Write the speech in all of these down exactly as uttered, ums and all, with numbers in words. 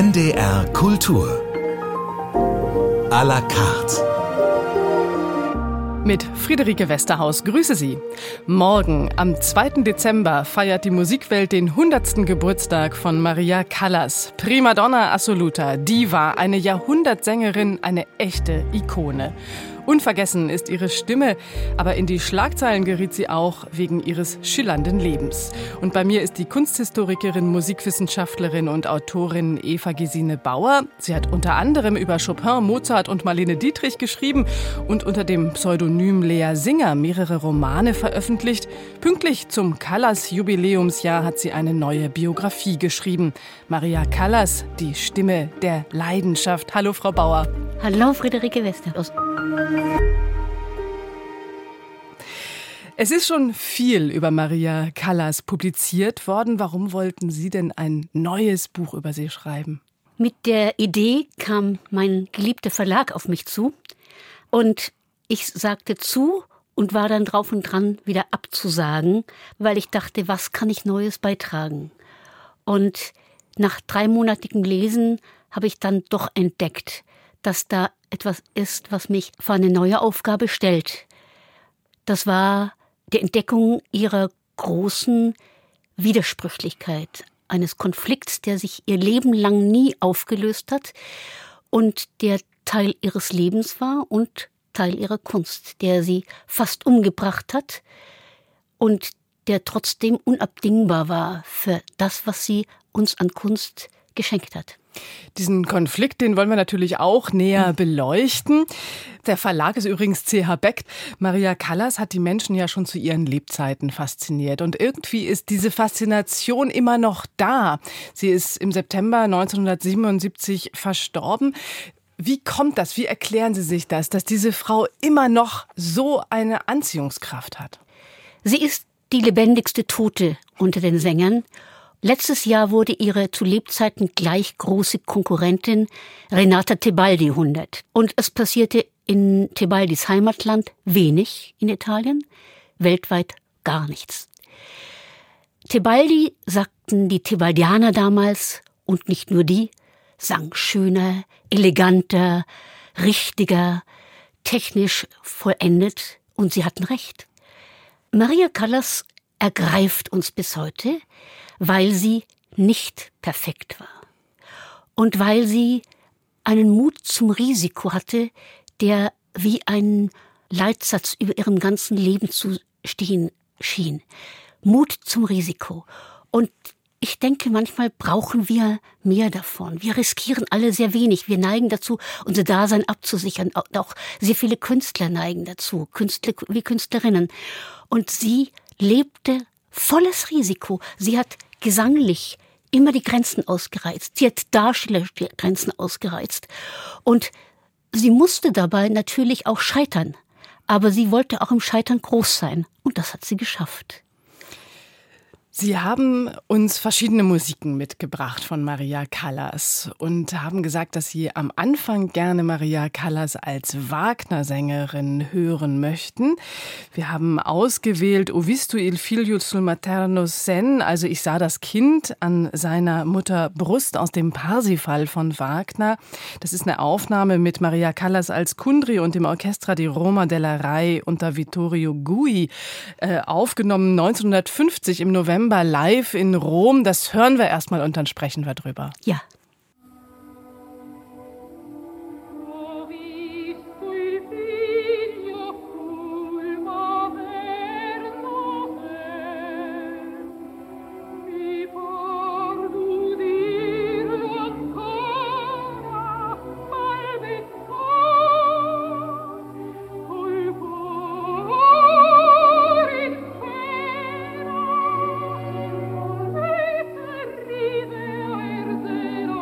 N D R Kultur à la carte. Mit Friederike Westerhaus grüße Sie. Morgen, am zweiten Dezember, feiert die Musikwelt den hundertsten Geburtstag von Maria Callas. Primadonna assoluta, Diva, eine Jahrhundertsängerin, eine echte Ikone. Unvergessen ist ihre Stimme, aber in die Schlagzeilen geriet sie auch wegen ihres schillernden Lebens. Und bei mir ist die Kunsthistorikerin, Musikwissenschaftlerin und Autorin Eva Gesine Bauer. Sie hat unter anderem über Chopin, Mozart und Marlene Dietrich geschrieben und unter dem Pseudonym Lea Singer mehrere Romane veröffentlicht. Pünktlich zum Callas-Jubiläumsjahr hat sie eine neue Biografie geschrieben. Maria Callas, die Stimme der Leidenschaft. Hallo, Frau Bauer. Hallo, Friederike Westerhaus. Es ist schon viel über Maria Callas publiziert worden. Warum wollten Sie denn ein neues Buch über sie schreiben? Mit der Idee kam mein geliebter Verlag auf mich zu und ich sagte zu und war dann drauf und dran, wieder abzusagen, weil ich dachte, was kann ich Neues beitragen? Und nach dreimonatigem Lesen habe ich dann doch entdeckt, dass da etwas ist, was mich vor eine neue Aufgabe stellt. Das war die Entdeckung ihrer großen Widersprüchlichkeit, eines Konflikts, der sich ihr Leben lang nie aufgelöst hat und der Teil ihres Lebens war und Teil ihrer Kunst, der sie fast umgebracht hat und der trotzdem unabdingbar war für das, was sie uns an Kunst geschenkt hat. Diesen Konflikt, den wollen wir natürlich auch näher beleuchten. Der Verlag ist übrigens C H Beck. Maria Callas hat die Menschen ja schon zu ihren Lebzeiten fasziniert. Und irgendwie ist diese Faszination immer noch da. Sie ist im September neunzehnhundertsiebenundsiebzig verstorben. Wie kommt das? Wie erklären Sie sich das, dass diese Frau immer noch so eine Anziehungskraft hat? Sie ist die lebendigste Tote unter den Sängern. Letztes Jahr wurde ihre zu Lebzeiten gleich große Konkurrentin Renata Tebaldi hundert. Und es passierte in Tebaldis Heimatland wenig in Italien, weltweit gar nichts. Tebaldi, sagten die Tebaldianer damals, und nicht nur die, sang schöner, eleganter, richtiger, technisch vollendet, und sie hatten recht. Maria Callas ergreift uns bis heute, weil sie nicht perfekt war und weil sie einen Mut zum Risiko hatte, der wie ein Leitsatz über ihrem ganzen Leben zu stehen schien. Mut zum Risiko. Und ich denke, manchmal brauchen wir mehr davon. Wir riskieren alle sehr wenig. Wir neigen dazu, unser Dasein abzusichern. Auch sehr viele Künstler neigen dazu, Künstler wie Künstlerinnen. Und sie lebte volles Risiko. Sie hat gesanglich immer die Grenzen ausgereizt. Sie hat Darstellergrenzen ausgereizt. Und sie musste dabei natürlich auch scheitern. Aber sie wollte auch im Scheitern groß sein. Und das hat sie geschafft. Sie haben uns verschiedene Musiken mitgebracht von Maria Callas und haben gesagt, dass Sie am Anfang gerne Maria Callas als Wagner-Sängerin hören möchten. Wir haben ausgewählt Ho visto il figlio sul materno sen, also ich sah das Kind an seiner Mutter Brust aus dem Parsifal von Wagner. Das ist eine Aufnahme mit Maria Callas als Kundry und dem Orchestra di Roma della Rai unter Vittorio Gui, äh, aufgenommen neunzehnhundertfünfzig im November live in Rom. Das hören wir erstmal und dann sprechen wir drüber. Ja. Ride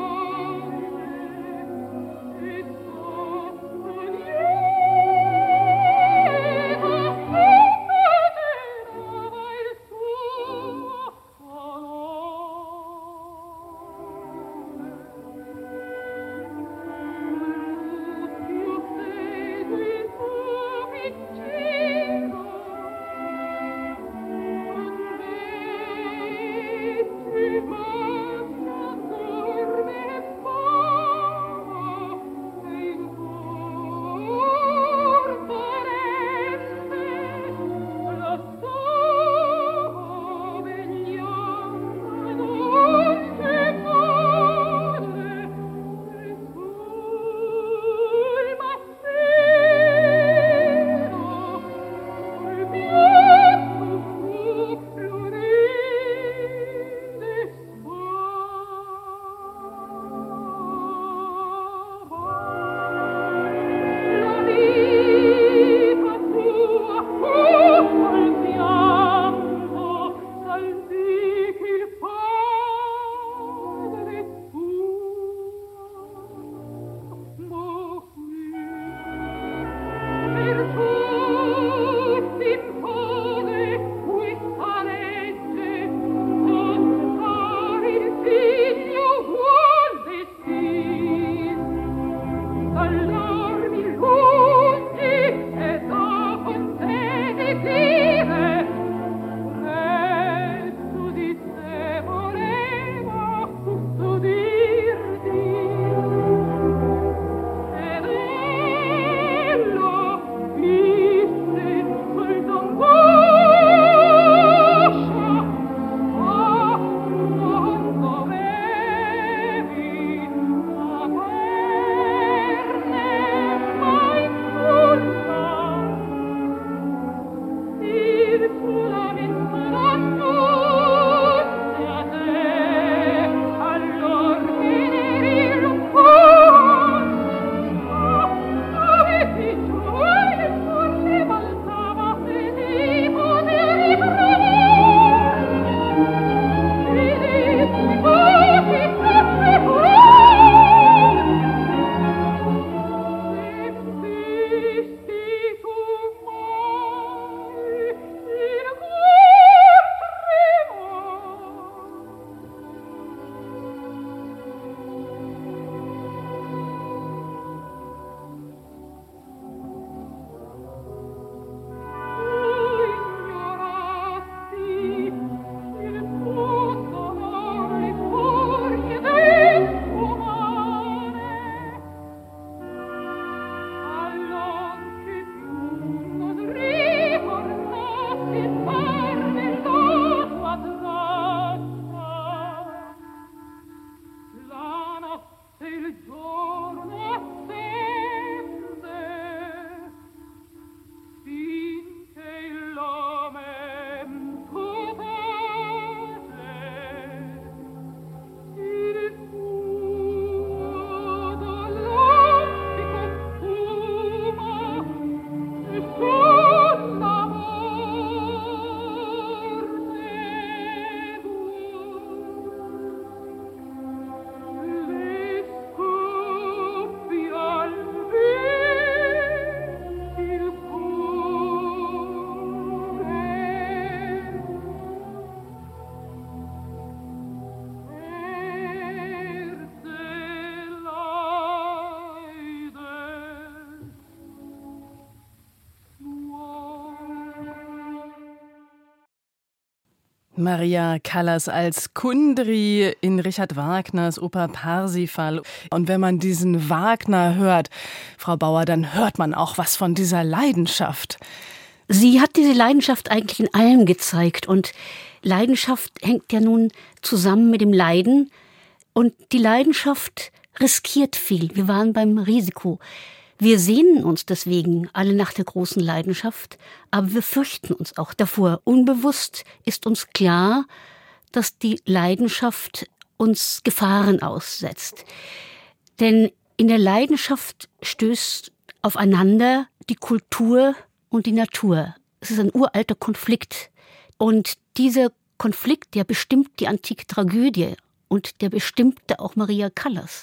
Maria Callas als Kundry in Richard Wagners Oper Parsifal. Und wenn man diesen Wagner hört, Frau Bauer, dann hört man auch was von dieser Leidenschaft. Sie hat diese Leidenschaft eigentlich in allem gezeigt. Und Leidenschaft hängt ja nun zusammen mit dem Leiden. Und die Leidenschaft riskiert viel. Wir waren beim Risiko. Wir sehnen uns deswegen alle nach der großen Leidenschaft, aber wir fürchten uns auch davor. Unbewusst ist uns klar, dass die Leidenschaft uns Gefahren aussetzt. Denn in der Leidenschaft stößt aufeinander die Kultur und die Natur. Es ist ein uralter Konflikt. Und dieser Konflikt, der bestimmt die antike Tragödie und der bestimmte auch Maria Callas.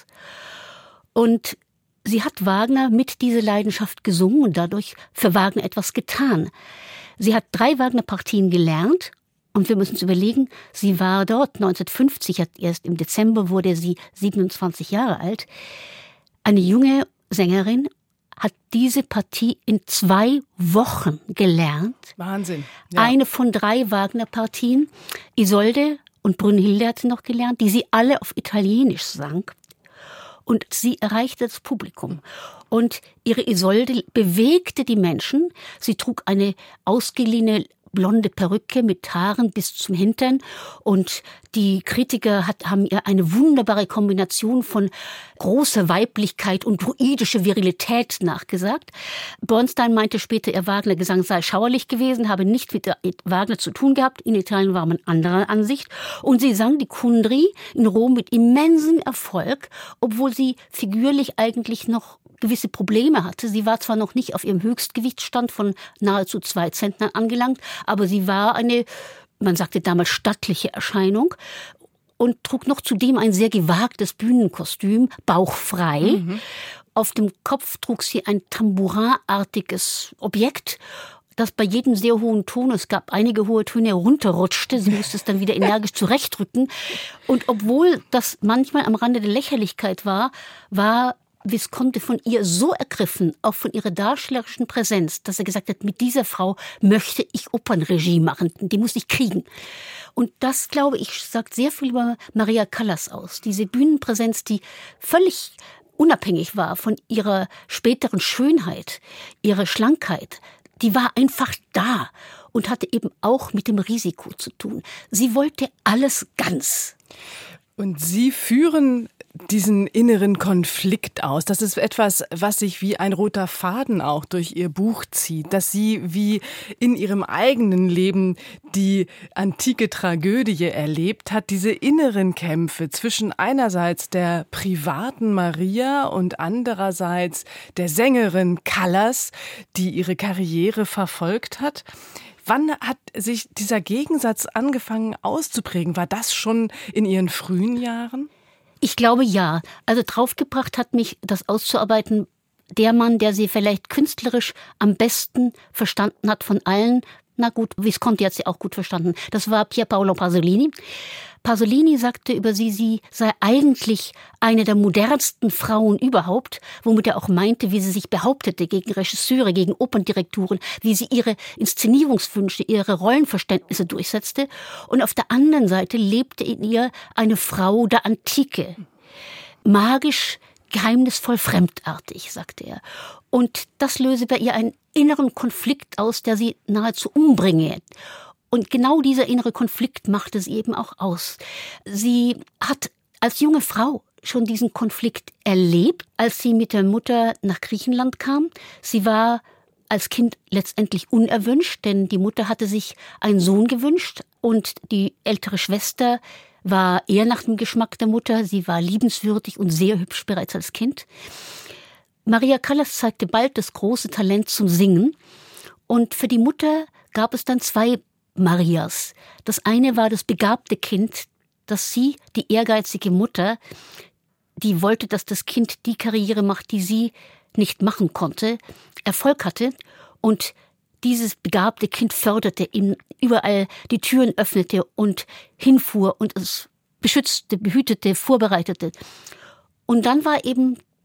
Und sie hat Wagner mit dieser Leidenschaft gesungen und dadurch für Wagner etwas getan. Sie hat drei Wagner-Partien gelernt und wir müssen uns überlegen, sie war dort neunzehnhundertfünfzig, hat erst im Dezember wurde sie siebenundzwanzig Jahre alt. Eine junge Sängerin hat diese Partie in zwei Wochen gelernt. Wahnsinn. Ja. Eine von drei Wagner-Partien. Isolde und Brünnhilde hat sie noch gelernt, die sie alle auf Italienisch sang. Und sie erreichte das Publikum. Und ihre Isolde bewegte die Menschen. Sie trug eine ausgeliehene blonde Perücke mit Haaren bis zum Hintern. Und die Kritiker hat, haben ihr eine wunderbare Kombination von großer Weiblichkeit und druidischer Virilität nachgesagt. Bernstein meinte später, ihr Wagner-Gesang sei schauerlich gewesen, habe nicht mit Wagner zu tun gehabt. In Italien war man anderer Ansicht. Und sie sang die Kundry in Rom mit immensem Erfolg, obwohl sie figürlich eigentlich noch gewisse Probleme hatte. Sie war zwar noch nicht auf ihrem Höchstgewichtsstand von nahezu zwei Zentnern angelangt, aber sie war eine, man sagte damals, stattliche Erscheinung und trug noch zudem ein sehr gewagtes Bühnenkostüm, bauchfrei. Mhm. Auf dem Kopf trug sie ein Tambourinartiges Objekt, das bei jedem sehr hohen Ton, es gab einige hohe Töne, runterrutschte. Sie musste es dann wieder energisch zurechtrücken. Und obwohl das manchmal am Rande der Lächerlichkeit war, war Visconti von ihr so ergriffen, auch von ihrer darstellerischen Präsenz, dass er gesagt hat, mit dieser Frau möchte ich Opernregie machen, die muss ich kriegen. Und das, glaube ich, sagt sehr viel über Maria Callas aus. Diese Bühnenpräsenz, die völlig unabhängig war von ihrer späteren Schönheit, ihrer Schlankheit, die war einfach da und hatte eben auch mit dem Risiko zu tun. Sie wollte alles ganz. Und Sie führen diesen inneren Konflikt aus. Das ist etwas, was sich wie ein roter Faden auch durch Ihr Buch zieht, dass Sie wie in Ihrem eigenen Leben die antike Tragödie erlebt hat, diese inneren Kämpfe zwischen einerseits der privaten Maria und andererseits der Sängerin Callas, die ihre Karriere verfolgt hat. Wann hat sich dieser Gegensatz angefangen auszuprägen? War das schon in Ihren frühen Jahren? Ich glaube, ja. Also draufgebracht hat mich, das auszuarbeiten, der Mann, der sie vielleicht künstlerisch am besten verstanden hat von allen. Na gut, Visconti hat sie auch gut verstanden. Das war Pier Paolo Pasolini. Pasolini sagte über sie, sie sei eigentlich eine der modernsten Frauen überhaupt, womit er auch meinte, wie sie sich behauptete gegen Regisseure, gegen Operndirektoren, wie sie ihre Inszenierungswünsche, ihre Rollenverständnisse durchsetzte. Und auf der anderen Seite lebte in ihr eine Frau der Antike. Magisch, geheimnisvoll, fremdartig, sagte er. Und das löse bei ihr einen inneren Konflikt aus, der sie nahezu umbringe. Und genau dieser innere Konflikt machte sie eben auch aus. Sie hat als junge Frau schon diesen Konflikt erlebt, als sie mit der Mutter nach Griechenland kam. Sie war als Kind letztendlich unerwünscht, denn die Mutter hatte sich einen Sohn gewünscht und die ältere Schwester war eher nach dem Geschmack der Mutter. Sie war liebenswürdig und sehr hübsch bereits als Kind. Maria Callas zeigte bald das große Talent zum Singen. Und für die Mutter gab es dann zwei Marias. Das eine war das begabte Kind, das sie, die ehrgeizige Mutter, die wollte, dass das Kind die Karriere macht, die sie nicht machen konnte, Erfolg hatte und dieses begabte Kind förderte, ihm überall die Türen öffnete und hinfuhr und es beschützte, behütete, vorbereitete. Und dann war eben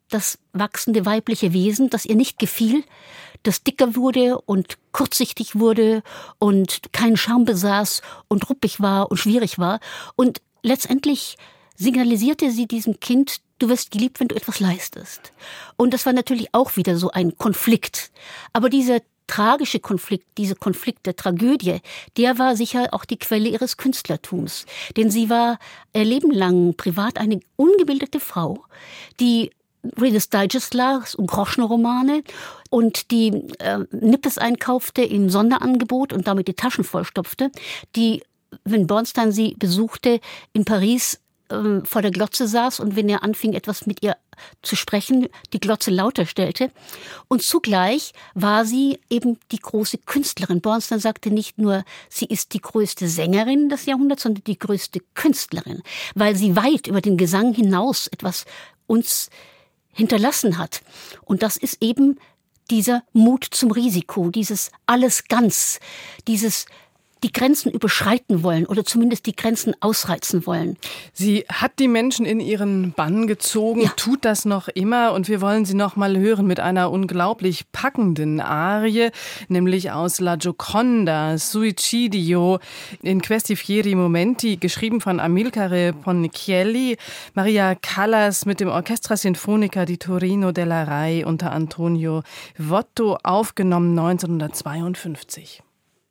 das wachsende weibliche Wesen, das ihr nicht gefiel, das dicker wurde und kurzsichtig wurde und keinen Charme besaß und ruppig war und schwierig war. Und letztendlich signalisierte sie diesem Kind, du wirst geliebt, wenn du etwas leistest. Und das war natürlich auch wieder so ein Konflikt. Aber dieser tragische Konflikt, dieser Konflikt der Tragödie, der war sicher auch die Quelle ihres Künstlertums. Denn sie war ihr Leben lang privat eine ungebildete Frau, die Reader's Digest las und Groschenromane und die äh, Nippes einkaufte im Sonderangebot und damit die Taschen vollstopfte, die, wenn Bernstein sie besuchte, in Paris äh, vor der Glotze saß und wenn er anfing, etwas mit ihr zu sprechen, die Glotze lauter stellte. Und zugleich war sie eben die große Künstlerin. Bernstein sagte nicht nur, sie ist die größte Sängerin des Jahrhunderts, sondern die größte Künstlerin, weil sie weit über den Gesang hinaus etwas uns hinterlassen hat. Und das ist eben dieser Mut zum Risiko, dieses alles ganz, dieses die Grenzen überschreiten wollen oder zumindest die Grenzen ausreizen wollen. Sie hat die Menschen in ihren Bann gezogen, ja. tut das noch immer und wir wollen sie noch mal hören mit einer unglaublich packenden Arie, nämlich aus La Gioconda, Suicidio in Questi fieri momenti, geschrieben von Amilcare Ponchielli, Maria Callas mit dem Orchestra Sinfonica di Torino della Rai unter Antonio Votto, aufgenommen neunzehnhundertzweiundfünfzig.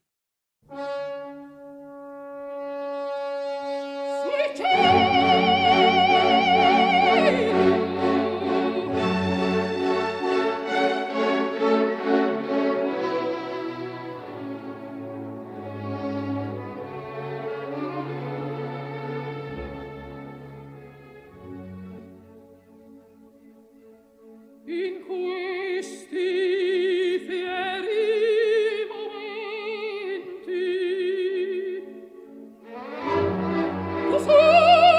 In questi fieri momenti tu sei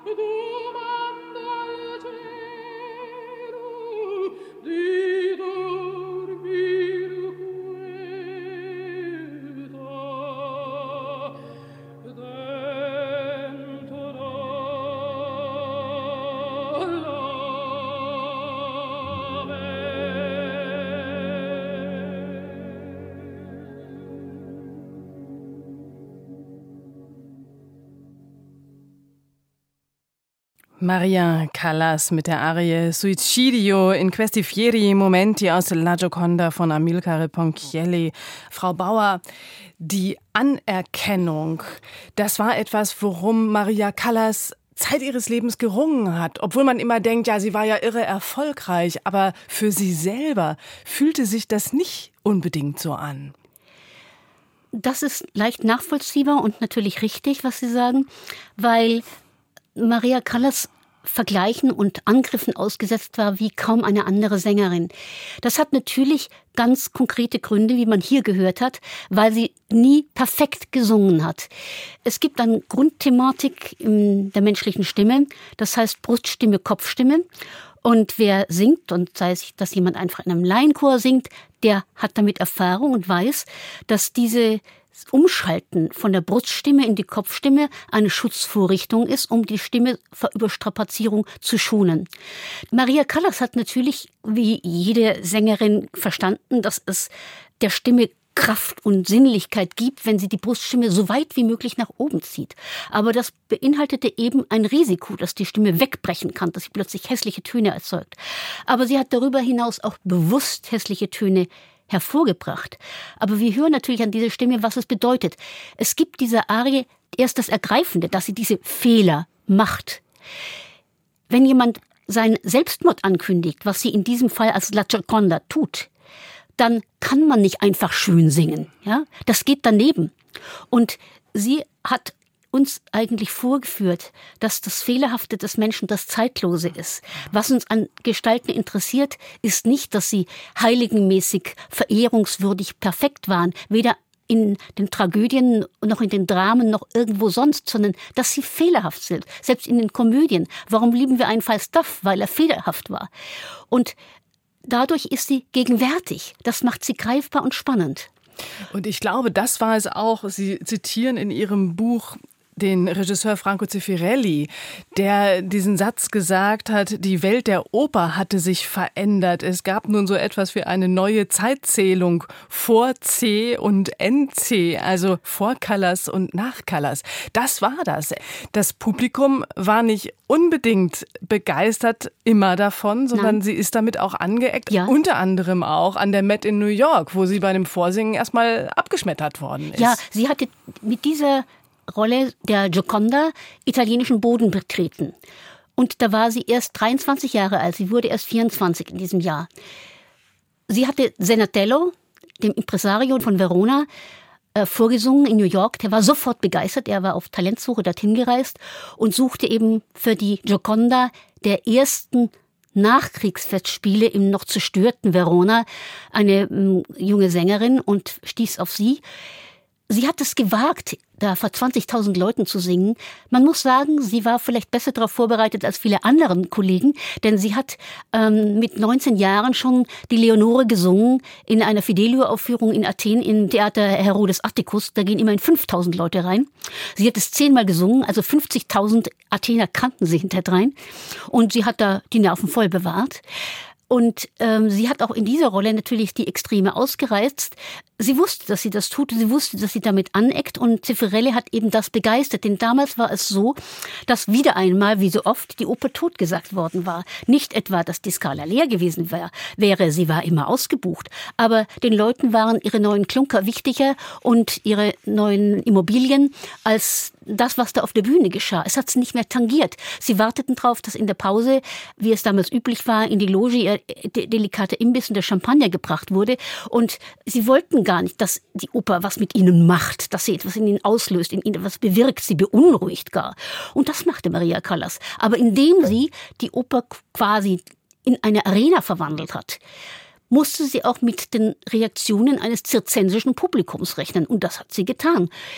Maria Callas mit der Arie Suicidio in questi fieri momenti aus La Gioconda von Amilcare Ponchielli. Frau Bauer, die Anerkennung, das war etwas, worum Maria Callas Zeit ihres Lebens gerungen hat. Obwohl man immer denkt, ja, sie war ja irre erfolgreich, aber für sie selber fühlte sich das nicht unbedingt so an. Das ist leicht nachvollziehbar und natürlich richtig, was Sie sagen, weil Maria Callas Vergleichen und Angriffen ausgesetzt war wie kaum eine andere Sängerin. Das hat natürlich ganz konkrete Gründe, wie man hier gehört hat, weil sie nie perfekt gesungen hat. Es gibt eine Grundthematik in der menschlichen Stimme, das heißt Bruststimme, Kopfstimme. Und wer singt, und sei es, dass jemand einfach in einem Laienchor singt, der hat damit Erfahrung und weiß, dass diese Umschalten von der Bruststimme in die Kopfstimme eine Schutzvorrichtung ist, um die Stimme vor Überstrapazierung zu schonen. Maria Callas hat natürlich, wie jede Sängerin, verstanden, dass es der Stimme Kraft und Sinnlichkeit gibt, wenn sie die Bruststimme so weit wie möglich nach oben zieht. Aber das beinhaltete eben ein Risiko, dass die Stimme wegbrechen kann, dass sie plötzlich hässliche Töne erzeugt. Aber sie hat darüber hinaus auch bewusst hässliche Töne hervorgebracht. Aber wir hören natürlich an dieser Stimme, was es bedeutet. Es gibt dieser Arie erst das Ergreifende, dass sie diese Fehler macht. Wenn jemand seinen Selbstmord ankündigt, was sie in diesem Fall als La Gioconda tut, dann kann man nicht einfach schön singen. Ja? Das geht daneben. Und sie hat uns eigentlich vorgeführt, dass das Fehlerhafte des Menschen das Zeitlose ist. Was uns an Gestalten interessiert, ist nicht, dass sie heiligenmäßig, verehrungswürdig perfekt waren, weder in den Tragödien, noch in den Dramen, noch irgendwo sonst, sondern dass sie fehlerhaft sind. Selbst in den Komödien. Warum lieben wir einen Falstaff? Weil er fehlerhaft war. Und dadurch ist sie gegenwärtig. Das macht sie greifbar und spannend. Und ich glaube, das war es auch. Sie zitieren in Ihrem Buch den Regisseur Franco Zeffirelli, der diesen Satz gesagt hat, die Welt der Oper hatte sich verändert. Es gab nun so etwas wie eine neue Zeitzählung vor C und N C, also vor Callas und nach Callas. Das war das. Das Publikum war nicht unbedingt begeistert immer davon, sondern Nein. sie ist damit auch angeeckt, ja. unter anderem auch an der Met in New York, wo sie bei einem Vorsingen erstmal abgeschmettert worden ist. Ja, sie hatte mit dieser Rolle der Gioconda italienischen Boden betreten. Und da war sie erst dreiundzwanzig Jahre alt. Sie wurde erst vierundzwanzig in diesem Jahr. Sie hatte Senatello, dem Impresario von Verona, äh, vorgesungen in New York. Der war sofort begeistert. Er war auf Talentsuche dorthin gereist und suchte eben für die Gioconda der ersten Nachkriegsfestspiele im noch zerstörten Verona eine ähm, junge Sängerin und stieß auf sie. Sie hat es gewagt, da vor zwanzigtausend Leuten zu singen. Man muss sagen, sie war vielleicht besser darauf vorbereitet als viele anderen Kollegen, denn sie hat ähm, mit neunzehn Jahren schon die Leonore gesungen in einer Fidelio-Aufführung in Athen im Theater Herodes Atticus. Da gehen immerhin fünftausend Leute rein. Sie hat es zehnmal gesungen, also fünfzigtausend Athener kannten sie hinterdrein. Und sie hat da die Nerven voll bewahrt. Und ähm, sie hat auch in dieser Rolle natürlich die Extreme ausgereizt. Sie wusste, dass sie das tut, sie wusste, dass sie damit aneckt und Zeffirelli hat eben das begeistert. Denn damals war es so, dass wieder einmal, wie so oft, die Oper totgesagt worden war. Nicht etwa, dass die Skala leer gewesen wär, wäre, sie war immer ausgebucht. Aber den Leuten waren ihre neuen Klunker wichtiger und ihre neuen Immobilien als das, was da auf der Bühne geschah. Es hat sie nicht mehr tangiert. Sie warteten darauf, dass in der Pause, wie es damals üblich war, in die Loge ihr de- delikate Imbiss und der Champagner gebracht wurde. Und sie wollten gar nicht, dass die Oper was mit ihnen macht, dass sie etwas in ihnen auslöst, in ihnen etwas bewirkt, sie beunruhigt gar. Und das machte Maria Callas. Aber indem sie die Oper quasi in eine Arena verwandelt hat, musste sie auch mit den Reaktionen eines zirzensischen Publikums rechnen. Und das hat sie getan.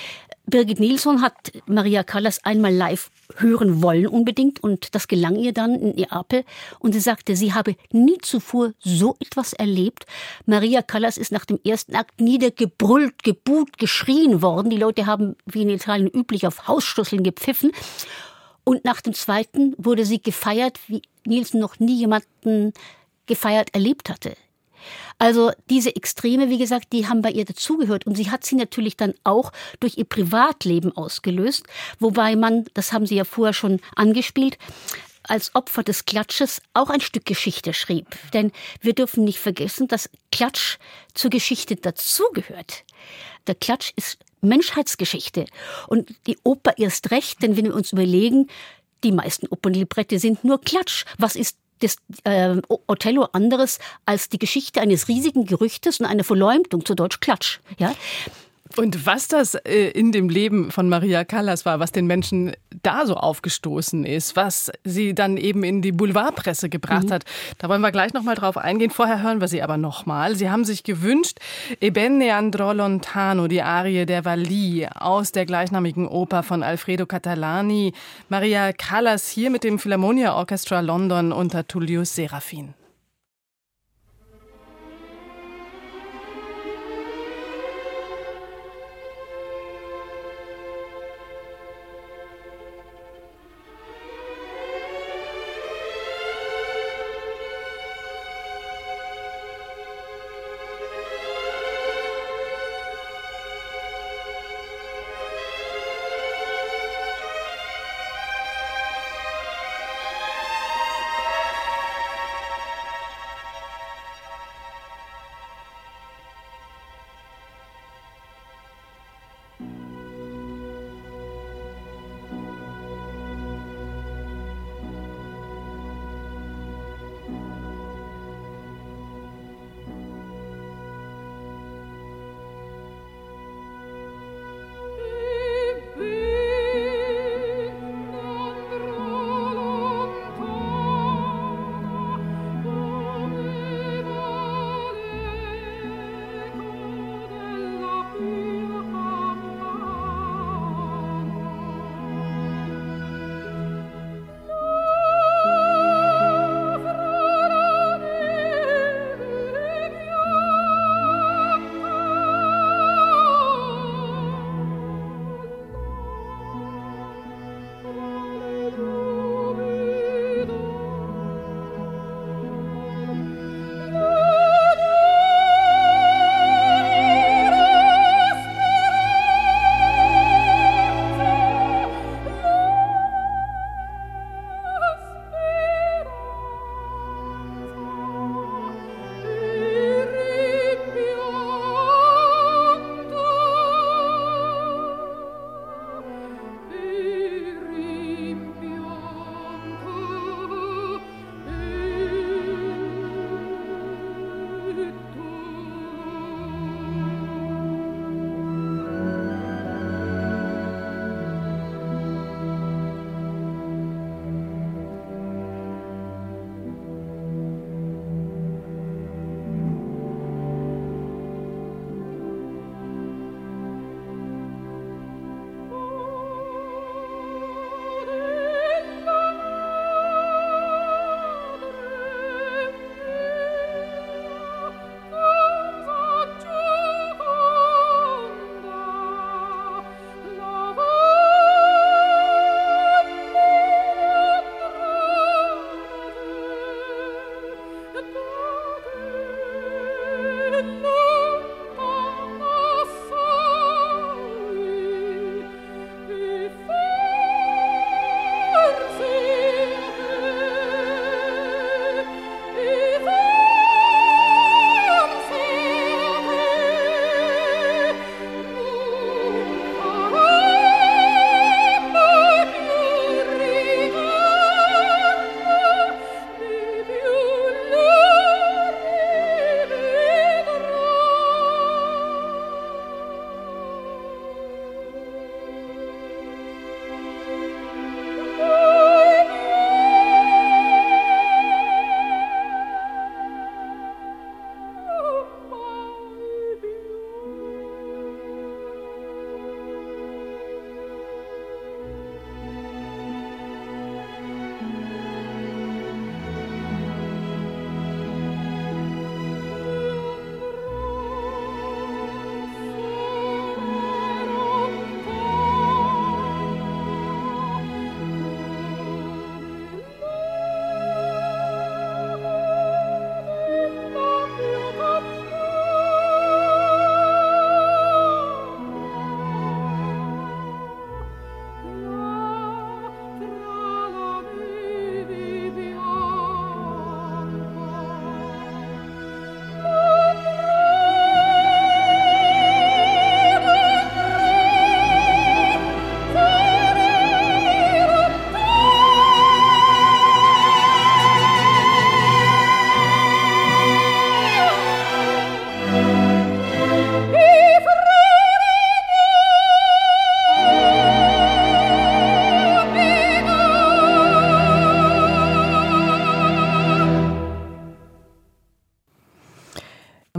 Birgit Nilsson hat Maria Callas einmal live hören wollen unbedingt und das gelang ihr dann in Neapel und sie sagte, sie habe nie zuvor so etwas erlebt. Maria Callas ist nach dem ersten Akt niedergebrüllt, gebuht, geschrien worden. Die Leute haben wie in Italien üblich auf Hausschlüsseln gepfiffen und nach dem zweiten wurde sie gefeiert, wie Nilsson noch nie jemanden gefeiert erlebt hatte. Also diese Extreme, wie gesagt, die haben bei ihr dazugehört und sie hat sie natürlich dann auch durch ihr Privatleben ausgelöst, wobei man, das haben Sie ja vorher schon angespielt, als Opfer des Klatsches auch ein Stück Geschichte schrieb. Denn wir dürfen nicht vergessen, dass Klatsch zur Geschichte dazugehört. Der Klatsch ist Menschheitsgeschichte und die Oper erst recht, denn wenn wir uns überlegen, die meisten Opernlibrette sind nur Klatsch. Was ist das äh, Othello anderes als die Geschichte eines riesigen Gerüchtes und einer Verleumdung, zu Deutsch Klatsch. Ja? Und was das äh, in dem Leben von Maria Callas war, was den Menschen da so aufgestoßen ist, was sie dann eben in die Boulevardpresse gebracht mhm. hat, da wollen wir gleich noch mal drauf eingehen. Vorher hören wir sie aber noch mal. Sie haben sich gewünscht, E ben ne andrò lontano, die Arie der Valli aus der gleichnamigen Oper von Alfredo Catalani. Maria Callas hier mit dem Philharmonia Orchestra London unter Tullius Serafin.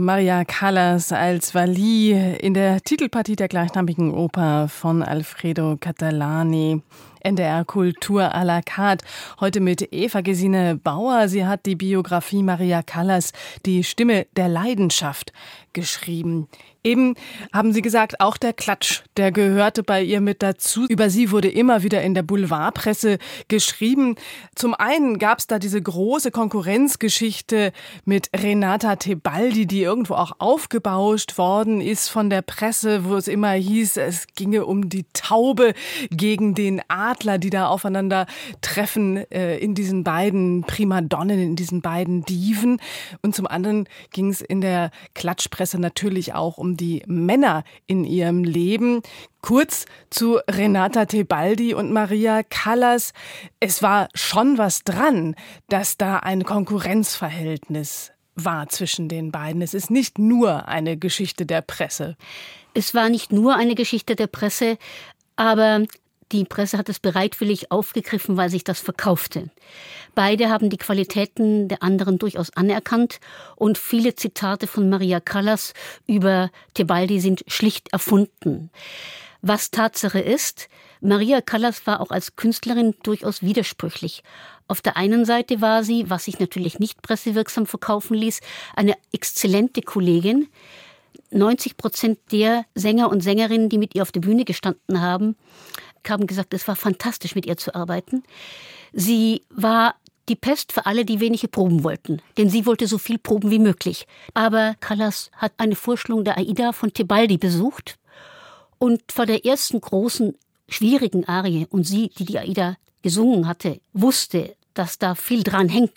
Maria Callas als Wally in der Titelpartie der gleichnamigen Oper von Alfredo Catalani. N D R Kultur à la carte. Heute mit Eva Gesine Bauer. Sie hat die Biografie Maria Callas, die Stimme der Leidenschaft, geschrieben. Eben haben Sie gesagt, auch der Klatsch, der gehörte bei ihr mit dazu. Über sie wurde immer wieder in der Boulevardpresse geschrieben. Zum einen gab es da diese große Konkurrenzgeschichte mit Renata Tebaldi, die irgendwo auch aufgebauscht worden ist von der Presse, wo es immer hieß, es ginge um die Taube gegen den Adler, die da aufeinander treffen äh, in diesen beiden Primadonnen, in diesen beiden Diven. Und zum anderen ging es in der Klatschpresse natürlich auch um die Männer in ihrem Leben. Kurz zu Renata Tebaldi und Maria Callas. Es war schon was dran, dass da ein Konkurrenzverhältnis war zwischen den beiden. Es ist nicht nur eine Geschichte der Presse. Es war nicht nur eine Geschichte der Presse, aber die Presse hat es bereitwillig aufgegriffen, weil sich das verkaufte. Beide haben die Qualitäten der anderen durchaus anerkannt und viele Zitate von Maria Callas über Tebaldi sind schlicht erfunden. Was Tatsache ist, Maria Callas war auch als Künstlerin durchaus widersprüchlich. Auf der einen Seite war sie, was sich natürlich nicht pressewirksam verkaufen ließ, eine exzellente Kollegin. neunzig Prozent der Sänger und Sängerinnen, die mit ihr auf der Bühne gestanden haben, haben gesagt, es war fantastisch, mit ihr zu arbeiten. Sie war die Pest für alle, die wenige proben wollten. Denn sie wollte so viel proben wie möglich. Aber Callas hat eine Vorstellung der Aida von Tebaldi besucht. Und vor der ersten großen, schwierigen Arie, und sie, die die Aida gesungen hatte, wusste, dass da viel dran hängt.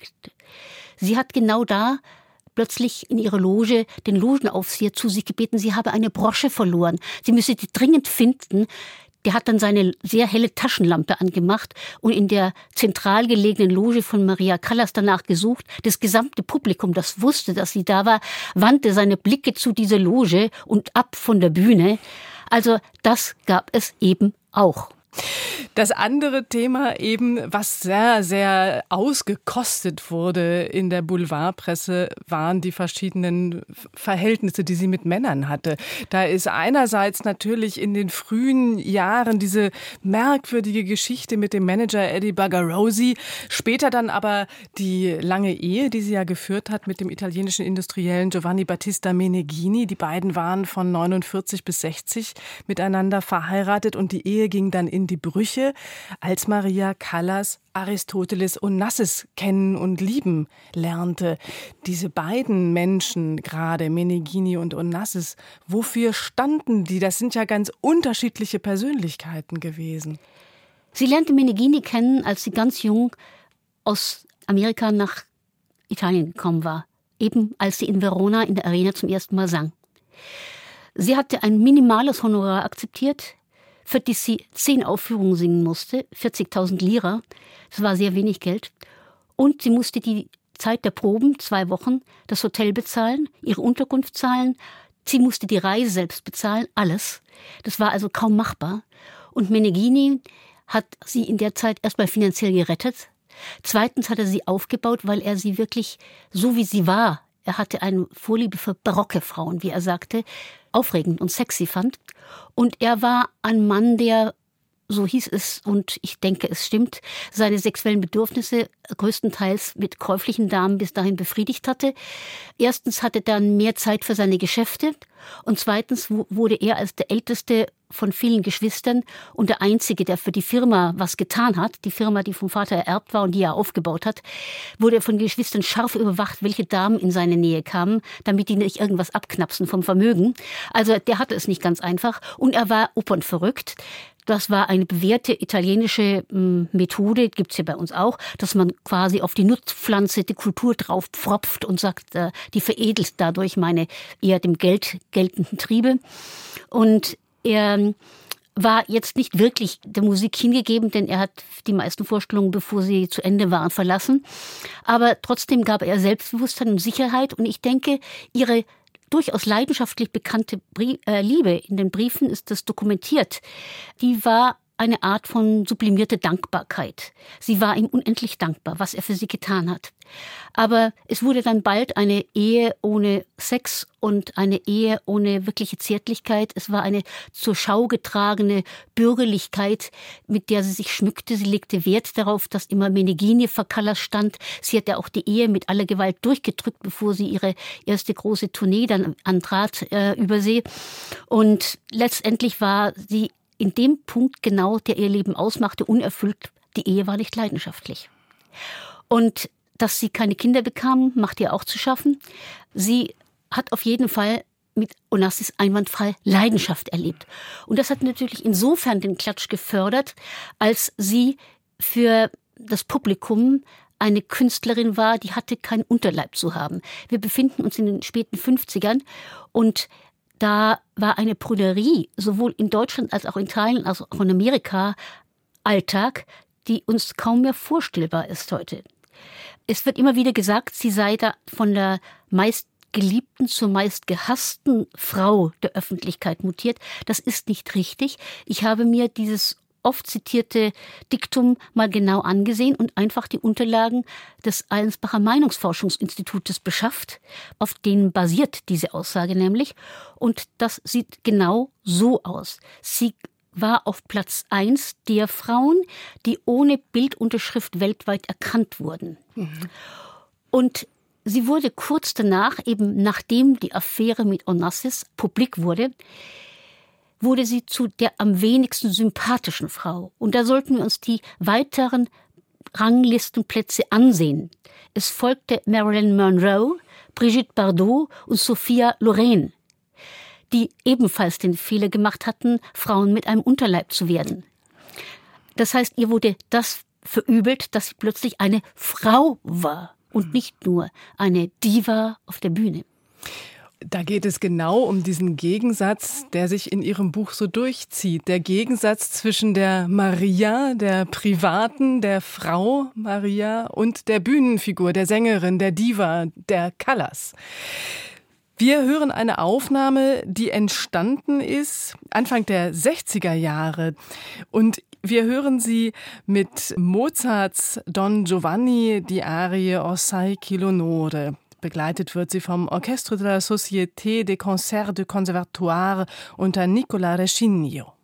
Sie hat genau da plötzlich in ihrer Loge den Logenaufseher zu sich gebeten, sie habe eine Brosche verloren. Sie müsse die dringend finden. Der hat dann seine sehr helle Taschenlampe angemacht und in der zentral gelegenen Loge von Maria Callas danach gesucht. Das gesamte Publikum, das wusste, dass sie da war, wandte seine Blicke zu dieser Loge und ab von der Bühne. Also das gab es eben auch. Das andere Thema eben, was sehr, sehr ausgekostet wurde in der Boulevardpresse, waren die verschiedenen Verhältnisse, die sie mit Männern hatte. Da ist einerseits natürlich in den frühen Jahren diese merkwürdige Geschichte mit dem Manager Eddie Bagarosi, später dann aber die lange Ehe, die sie ja geführt hat mit dem italienischen Industriellen Giovanni Battista Meneghini. Die beiden waren von neunundvierzig bis sechzig miteinander verheiratet und die Ehe ging dann in die Brüche, als Maria Callas Aristoteles Onassis kennen und lieben lernte. Diese beiden Menschen, gerade Meneghini und Onassis, wofür standen die? Das sind ja ganz unterschiedliche Persönlichkeiten gewesen. Sie lernte Meneghini kennen, als sie ganz jung aus Amerika nach Italien gekommen war. Eben als sie in Verona in der Arena zum ersten Mal sang. Sie hatte ein minimales Honorar akzeptiert, für die sie zehn Aufführungen singen musste, vierzigtausend Lira. Das war sehr wenig Geld. Und sie musste die Zeit der Proben, zwei Wochen, das Hotel bezahlen, ihre Unterkunft zahlen. Sie musste die Reise selbst bezahlen, alles. Das war also kaum machbar. Und Meneghini hat sie in der Zeit erstmal finanziell gerettet. Zweitens hat er sie aufgebaut, weil er sie wirklich, so wie sie war, er hatte eine Vorliebe für barocke Frauen, wie er sagte, aufregend und sexy fand. Und er war ein Mann, der, so hieß es, und ich denke, es stimmt, seine sexuellen Bedürfnisse größtenteils mit käuflichen Damen bis dahin befriedigt hatte. Erstens hatte er dann mehr Zeit für seine Geschäfte und zweitens wurde er als der Älteste von vielen Geschwistern und der Einzige, der für die Firma was getan hat, die Firma, die vom Vater ererbt war und die er aufgebaut hat, wurde er von Geschwistern scharf überwacht, welche Damen in seine Nähe kamen, damit die nicht irgendwas abknapsen vom Vermögen. Also der hatte es nicht ganz einfach und er war opernverrückt. Das war eine bewährte italienische m, Methode, gibt's hier bei uns auch, dass man quasi auf die Nutzpflanze die Kultur drauf pfropft und sagt, äh, die veredelt dadurch meine eher dem Geld geltenden Triebe. Und er war jetzt nicht wirklich der Musik hingegeben, denn er hat die meisten Vorstellungen, bevor sie zu Ende waren, verlassen. Aber trotzdem gab er Selbstbewusstsein und Sicherheit. Und ich denke, ihre durchaus leidenschaftlich bekannte Brie- äh, Liebe, in den Briefen ist das dokumentiert, die war eine Art von sublimierte Dankbarkeit. Sie war ihm unendlich dankbar, was er für sie getan hat. Aber es wurde dann bald eine Ehe ohne Sex und eine Ehe ohne wirkliche Zärtlichkeit. Es war eine zur Schau getragene Bürgerlichkeit, mit der sie sich schmückte. Sie legte Wert darauf, dass immer Meneginie vor Callas stand. Sie hatte auch die Ehe mit aller Gewalt durchgedrückt, bevor sie ihre erste große Tournee dann antrat äh, über See. Und letztendlich war sie in dem Punkt genau, der ihr Leben ausmachte, unerfüllt. Die Ehe war nicht leidenschaftlich. Und dass sie keine Kinder bekam, machte ihr auch zu schaffen. Sie hat auf jeden Fall mit Onassis einwandfrei Leidenschaft erlebt. Und das hat natürlich insofern den Klatsch gefördert, als sie für das Publikum eine Künstlerin war, die hatte keinen Unterleib zu haben. Wir befinden uns in den späten fünfzigern und da war eine Prüderie, sowohl in Deutschland als auch in Italien, als auch in Amerika, Alltag, die uns kaum mehr vorstellbar ist heute. Es wird immer wieder gesagt, sie sei da von der meistgeliebten zur meistgehassten Frau der Öffentlichkeit mutiert. Das ist nicht richtig. Ich habe mir dieses oft zitierte Diktum mal genau angesehen und einfach die Unterlagen des Allensbacher Meinungsforschungsinstitutes beschafft, auf denen basiert diese Aussage nämlich. Und das sieht genau so aus. Sie war auf Platz eins der Frauen, die ohne Bildunterschrift weltweit erkannt wurden. Mhm. Und sie wurde kurz danach, eben nachdem die Affäre mit Onassis publik wurde, wurde sie zu der am wenigsten sympathischen Frau. Und da sollten wir uns die weiteren Ranglistenplätze ansehen. Es folgte Marilyn Monroe, Brigitte Bardot und Sophia Loren, die ebenfalls den Fehler gemacht hatten, Frauen mit einem Unterleib zu werden. Das heißt, ihr wurde das verübelt, dass sie plötzlich eine Frau war und nicht nur eine Diva auf der Bühne. Da geht es genau um diesen Gegensatz, der sich in Ihrem Buch so durchzieht. Der Gegensatz zwischen der Maria, der Privaten, der Frau Maria und der Bühnenfigur, der Sängerin, der Diva, der Callas. Wir hören eine Aufnahme, die entstanden ist Anfang der sechziger Jahre. Und wir hören sie mit Mozarts Don Giovanni, die Arie Orsai chi l'onore. Begleitet wird sie vom Orchestre de la Société des Concerts du Conservatoire unter Nicola Rescigno.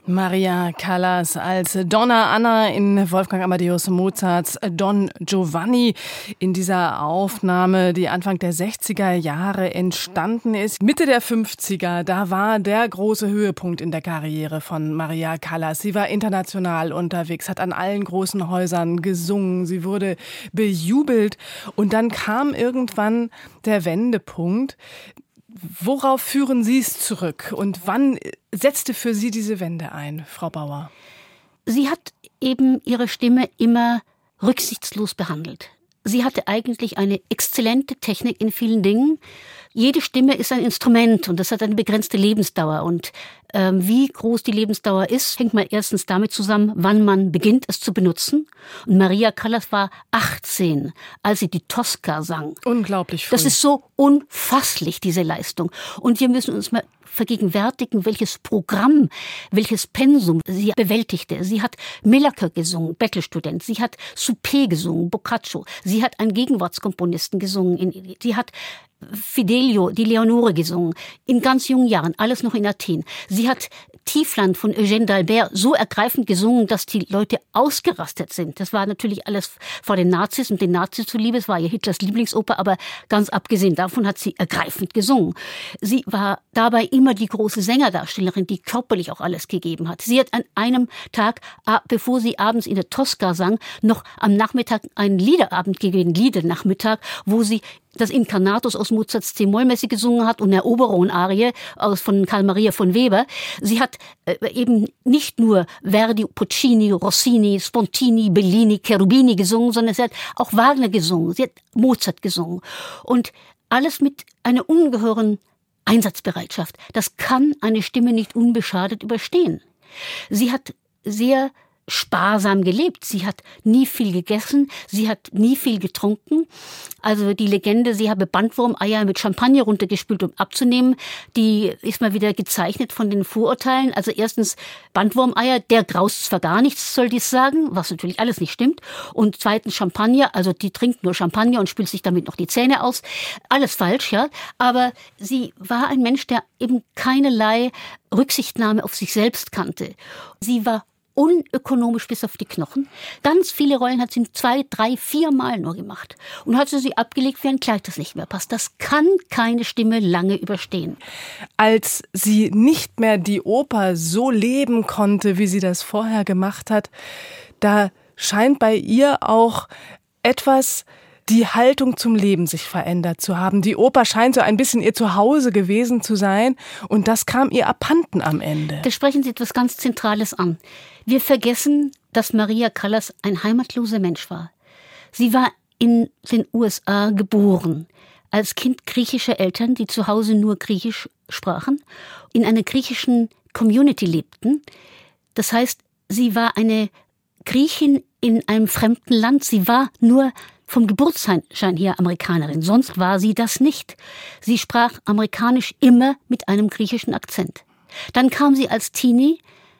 Maria Callas als Donna Anna in Wolfgang Amadeus Mozarts Don Giovanni in dieser Aufnahme, die Anfang der sechziger Jahre entstanden ist. Mitte der fünfziger, da war der große Höhepunkt in der Karriere von Maria Callas. Sie war international unterwegs, hat an allen großen Häusern gesungen, sie wurde bejubelt und dann kam irgendwann der Wendepunkt. Worauf führen Sie es zurück und wann setzte für Sie diese Wende ein, Frau Bauer? Sie hat eben ihre Stimme immer rücksichtslos behandelt. Sie hatte eigentlich eine exzellente Technik in vielen Dingen. Jede Stimme ist ein Instrument und das hat eine begrenzte Lebensdauer. Und ähm, wie groß die Lebensdauer ist, hängt mal erstens damit zusammen, wann man beginnt, es zu benutzen. Und Maria Callas war achtzehn, als sie die Tosca sang. Unglaublich früh. Das ist so unfasslich, diese Leistung. Und wir müssen uns mal vergegenwärtigen, welches Programm, welches Pensum sie bewältigte. Sie hat Melaker gesungen, Bettelstudent. Sie hat Souper gesungen, Boccaccio. Sie hat einen Gegenwartskomponisten gesungen. Sie hat Fidelio, die Leonore gesungen, in ganz jungen Jahren, alles noch in Athen. Sie hat Tiefland von Eugène d'Albert so ergreifend gesungen, dass die Leute ausgerastet sind. Das war natürlich alles vor den Nazis und den Nazis zuliebe. Es war ja Hitlers Lieblingsoper, aber ganz abgesehen davon hat sie ergreifend gesungen. Sie war dabei immer die große Sängerdarstellerin, die körperlich auch alles gegeben hat. Sie hat an einem Tag, bevor sie abends in der Tosca sang, noch am Nachmittag einen Liederabend gegeben, Liedernachmittag, wo sie das Incarnatus aus Mozarts C-Moll-Messe gesungen hat und eine Oberon-Arie aus von Karl Maria von Weber. Sie hat äh, eben nicht nur Verdi, Puccini, Rossini, Spontini, Bellini, Cherubini gesungen, sondern sie hat auch Wagner gesungen, sie hat Mozart gesungen. Und alles mit einer ungeheuren Einsatzbereitschaft. Das kann eine Stimme nicht unbeschadet überstehen. Sie hat sehr sparsam gelebt. Sie hat nie viel gegessen, sie hat nie viel getrunken. Also die Legende, sie habe Bandwurmeier mit Champagner runtergespült, um abzunehmen, die ist mal wieder gezeichnet von den Vorurteilen. Also erstens Bandwurmeier, der graust zwar gar nichts, soll dies sagen, was natürlich alles nicht stimmt. Und zweitens Champagner, also die trinkt nur Champagner und spült sich damit noch die Zähne aus. Alles falsch, ja. Aber sie war ein Mensch, der eben keinerlei Rücksichtnahme auf sich selbst kannte. Sie war unökonomisch bis auf die Knochen. Ganz viele Rollen hat sie zwei, drei, vier Mal nur gemacht. Und hat sie sie abgelegt wie ein Kleid, das nicht mehr passt. Das kann keine Stimme lange überstehen. Als sie nicht mehr die Oper so leben konnte, wie sie das vorher gemacht hat, da scheint bei ihr auch etwas die Haltung zum Leben sich verändert zu haben. Die Oper scheint so ein bisschen ihr Zuhause gewesen zu sein und das kam ihr abhanden am Ende. Da sprechen Sie etwas ganz Zentrales an. Wir vergessen, dass Maria Callas ein heimatloser Mensch war. Sie war in den U S A geboren, als Kind griechischer Eltern, die zu Hause nur Griechisch sprachen, in einer griechischen Community lebten. Das heißt, sie war eine Griechin in einem fremden Land. Sie war nur vom Geburtsschein her Amerikanerin, sonst war sie das nicht. Sie sprach Amerikanisch immer mit einem griechischen Akzent. Dann kam sie als Teenie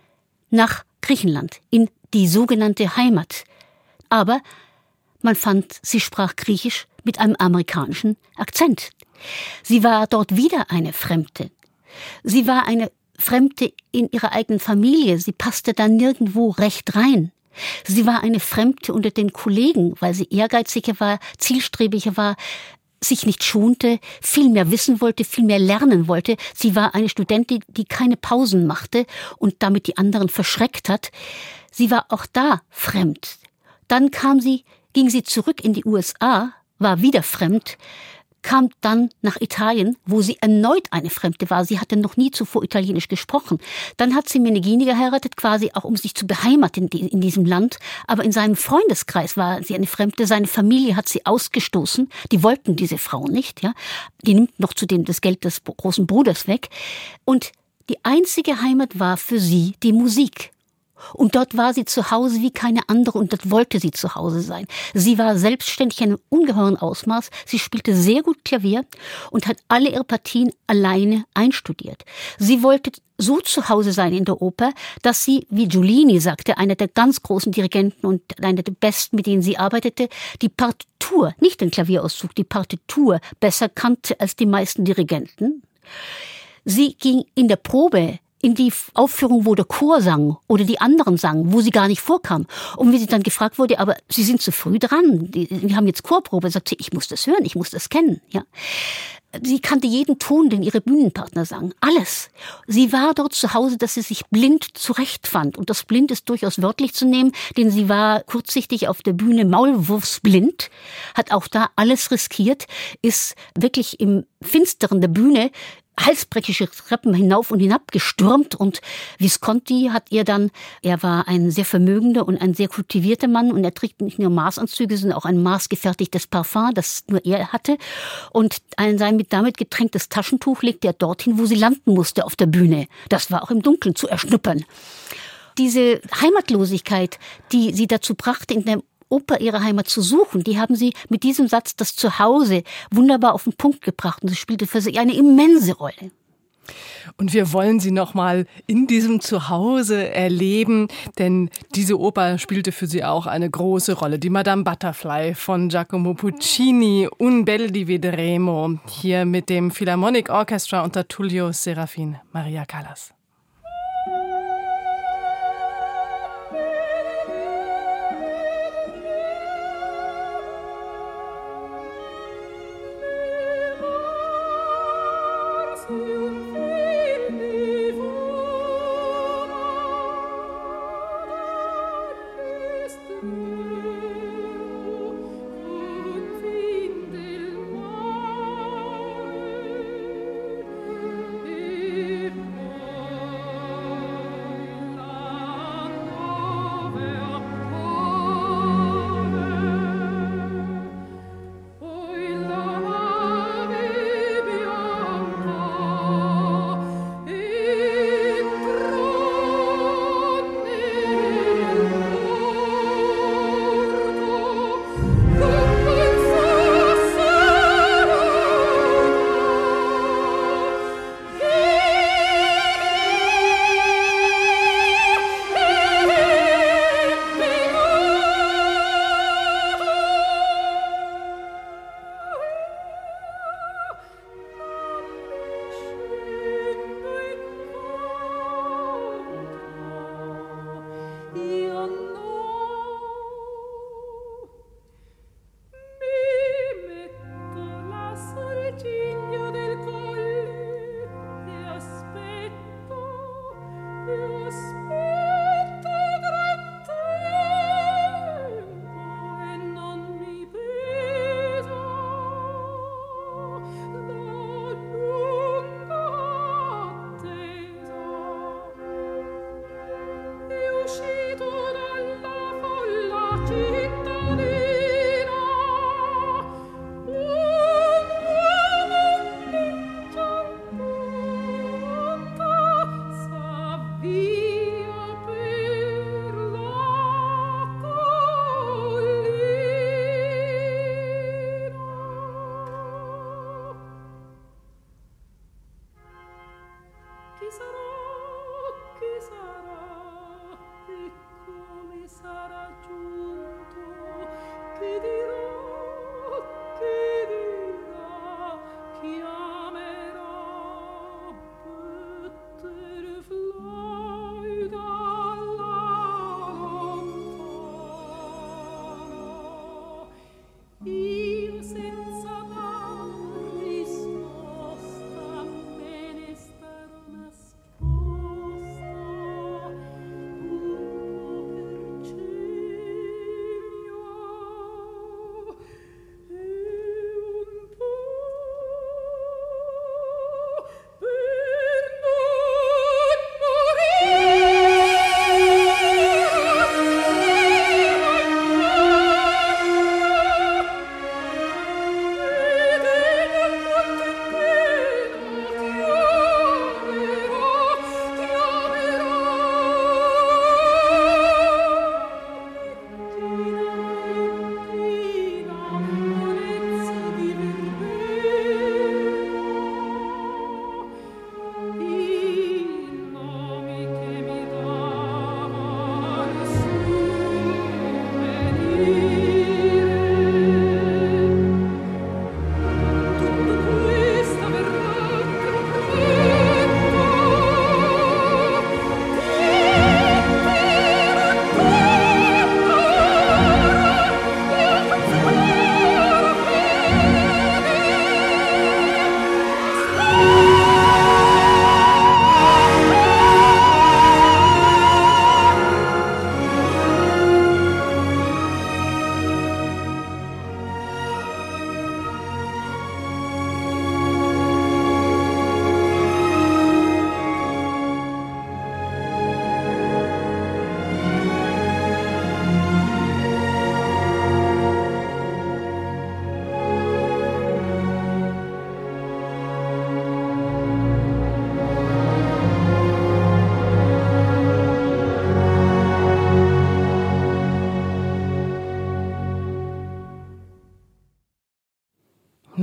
nach Griechenland, in die sogenannte Heimat. Aber man fand, sie sprach Griechisch mit einem amerikanischen Akzent. Sie war dort wieder eine Fremde. Sie war eine Fremde in ihrer eigenen Familie. Sie passte da nirgendwo recht rein. Sie war eine Fremde unter den Kollegen, weil sie ehrgeiziger war, zielstrebiger war, sich nicht schonte, viel mehr wissen wollte, viel mehr lernen wollte. Sie war eine Studentin, die keine Pausen machte und damit die anderen verschreckt hat. Sie war auch da fremd. Dann kam sie, ging sie zurück in die U S A, war wieder fremd, kam dann nach Italien, wo sie erneut eine Fremde war. Sie hatte noch nie zuvor Italienisch gesprochen. Dann hat sie Meneghini geheiratet, quasi auch um sich zu beheimaten in, in diesem Land. Aber in seinem Freundeskreis war sie eine Fremde. Seine Familie hat sie ausgestoßen. Die wollten diese Frau nicht. Ja, die nimmt noch zudem das Geld des großen Bruders weg. Und die einzige Heimat war für sie die Musik. Und dort war sie zu Hause wie keine andere und dort wollte sie zu Hause sein. Sie war selbstständig in einem ungeheuren Ausmaß. Sie spielte sehr gut Klavier und hat alle ihre Partien alleine einstudiert. Sie wollte so zu Hause sein in der Oper, dass sie, wie Giulini sagte, einer der ganz großen Dirigenten und einer der besten, mit denen sie arbeitete, die Partitur, nicht den Klavierauszug, die Partitur besser kannte als die meisten Dirigenten. Sie ging in der Probe in die Aufführung, wo der Chor sang oder die anderen sangen, wo sie gar nicht vorkam. Und wie sie dann gefragt wurde, aber Sie sind zu früh dran, wir haben jetzt Chorprobe, sagt sie, ich muss das hören, ich muss das kennen. Ja. Sie kannte jeden Ton, den ihre Bühnenpartner sangen. Alles. Sie war dort zu Hause, dass sie sich blind zurechtfand. Und das blind ist durchaus wörtlich zu nehmen, denn sie war kurzsichtig auf der Bühne maulwurfsblind, hat auch da alles riskiert, ist wirklich im Finsteren der Bühne halsbreckige Treppen hinauf und hinab gestürmt und Visconti hat ihr dann, er war ein sehr vermögender und ein sehr kultivierter Mann und er trägt nicht nur Maßanzüge, sondern auch ein maßgefertigtes Parfum, das nur er hatte und ein sein mit damit getränktes Taschentuch legte er dorthin, wo sie landen musste auf der Bühne. Das war auch im Dunkeln zu erschnuppern. Diese Heimatlosigkeit, die sie dazu brachte, in der Oper ihre Heimat zu suchen, die haben sie mit diesem Satz das Zuhause wunderbar auf den Punkt gebracht und das spielte für sie eine immense Rolle. Und wir wollen sie noch mal in diesem Zuhause erleben, denn diese Oper spielte für sie auch eine große Rolle. Die Madame Butterfly von Giacomo Puccini, Un bel di vedremo, hier mit dem Philharmonic Orchestra unter Tullio Serafin, Maria Callas.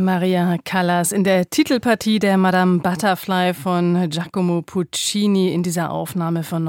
Maria Callas in der Titelpartie der Madame Butterfly von Giacomo Puccini in dieser Aufnahme von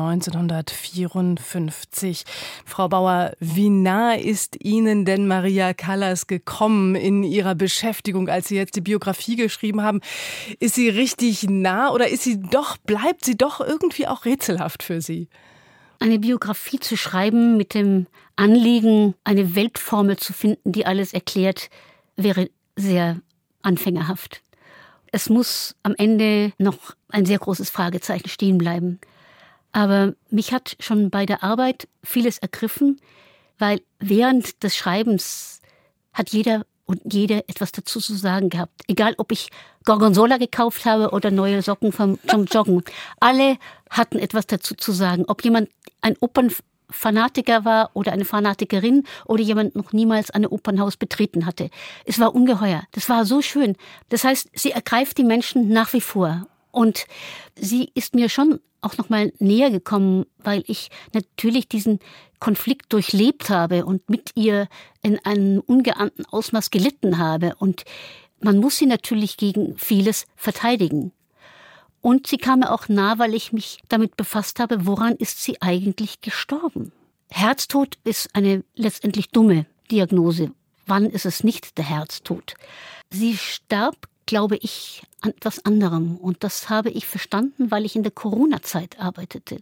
neunzehnhundertvierundfünfzig. Frau Bauer, wie nah ist Ihnen denn Maria Callas gekommen in Ihrer Beschäftigung, als Sie jetzt die Biografie geschrieben haben? Ist sie richtig nah oder ist sie doch, bleibt sie doch irgendwie auch rätselhaft für Sie? Eine Biografie zu schreiben mit dem Anliegen, eine Weltformel zu finden, die alles erklärt, wäre sehr anfängerhaft. Es muss am Ende noch ein sehr großes Fragezeichen stehen bleiben. Aber mich hat schon bei der Arbeit vieles ergriffen, weil während des Schreibens hat jeder und jede etwas dazu zu sagen gehabt. Egal, ob ich Gorgonzola gekauft habe oder neue Socken vom, zum Joggen. Alle hatten etwas dazu zu sagen. Ob jemand ein Opernfanatiker war oder eine Fanatikerin oder jemand noch niemals ein Opernhaus betreten hatte. Es war ungeheuer. Das war so schön. Das heißt, sie ergreift die Menschen nach wie vor. Und sie ist mir schon auch noch mal näher gekommen, weil ich natürlich diesen Konflikt durchlebt habe und mit ihr in einem ungeahnten Ausmaß gelitten habe. Und man muss sie natürlich gegen vieles verteidigen. Und sie kam mir auch nah, weil ich mich damit befasst habe, woran ist sie eigentlich gestorben? Herztod ist eine letztendlich dumme Diagnose. Wann ist es nicht der Herztod? Sie starb, glaube ich, an etwas anderem. Und das habe ich verstanden, weil ich in der Corona-Zeit arbeitete.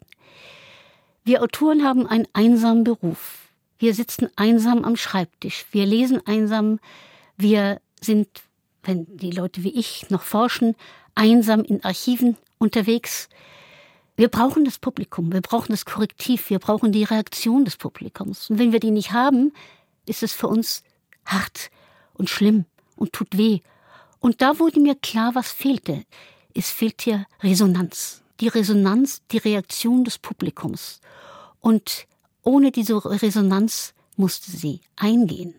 Wir Autoren haben einen einsamen Beruf. Wir sitzen einsam am Schreibtisch. Wir lesen einsam. Wir sind, wenn die Leute wie ich noch forschen, einsam in Archiven unterwegs. Wir brauchen das Publikum, wir brauchen das Korrektiv, wir brauchen die Reaktion des Publikums. Und wenn wir die nicht haben, ist es für uns hart und schlimm und tut weh. Und da wurde mir klar, was fehlte. Es fehlt hier Resonanz. Die Resonanz, die Reaktion des Publikums. Und ohne diese Resonanz musste sie eingehen.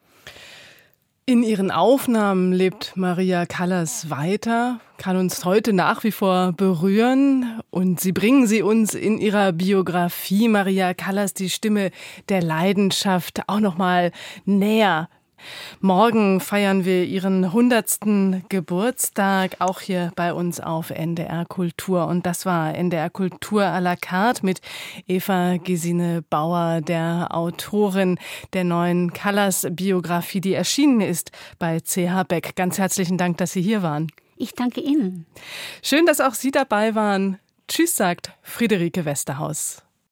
In ihren Aufnahmen lebt Maria Callas weiter, kann uns heute nach wie vor berühren und sie bringen sie uns in ihrer Biografie Maria Callas, die Stimme der Leidenschaft, auch noch mal näher. Morgen feiern wir ihren hundertsten Geburtstag, auch hier bei uns auf N D R Kultur. Und das war N D R Kultur à la carte mit Eva Gesine Bauer, der Autorin der neuen Callas-Biografie, die erschienen ist bei C H Beck. Ganz herzlichen Dank, dass Sie hier waren. Ich danke Ihnen. Schön, dass auch Sie dabei waren. Tschüss, sagt Friederike Westerhaus.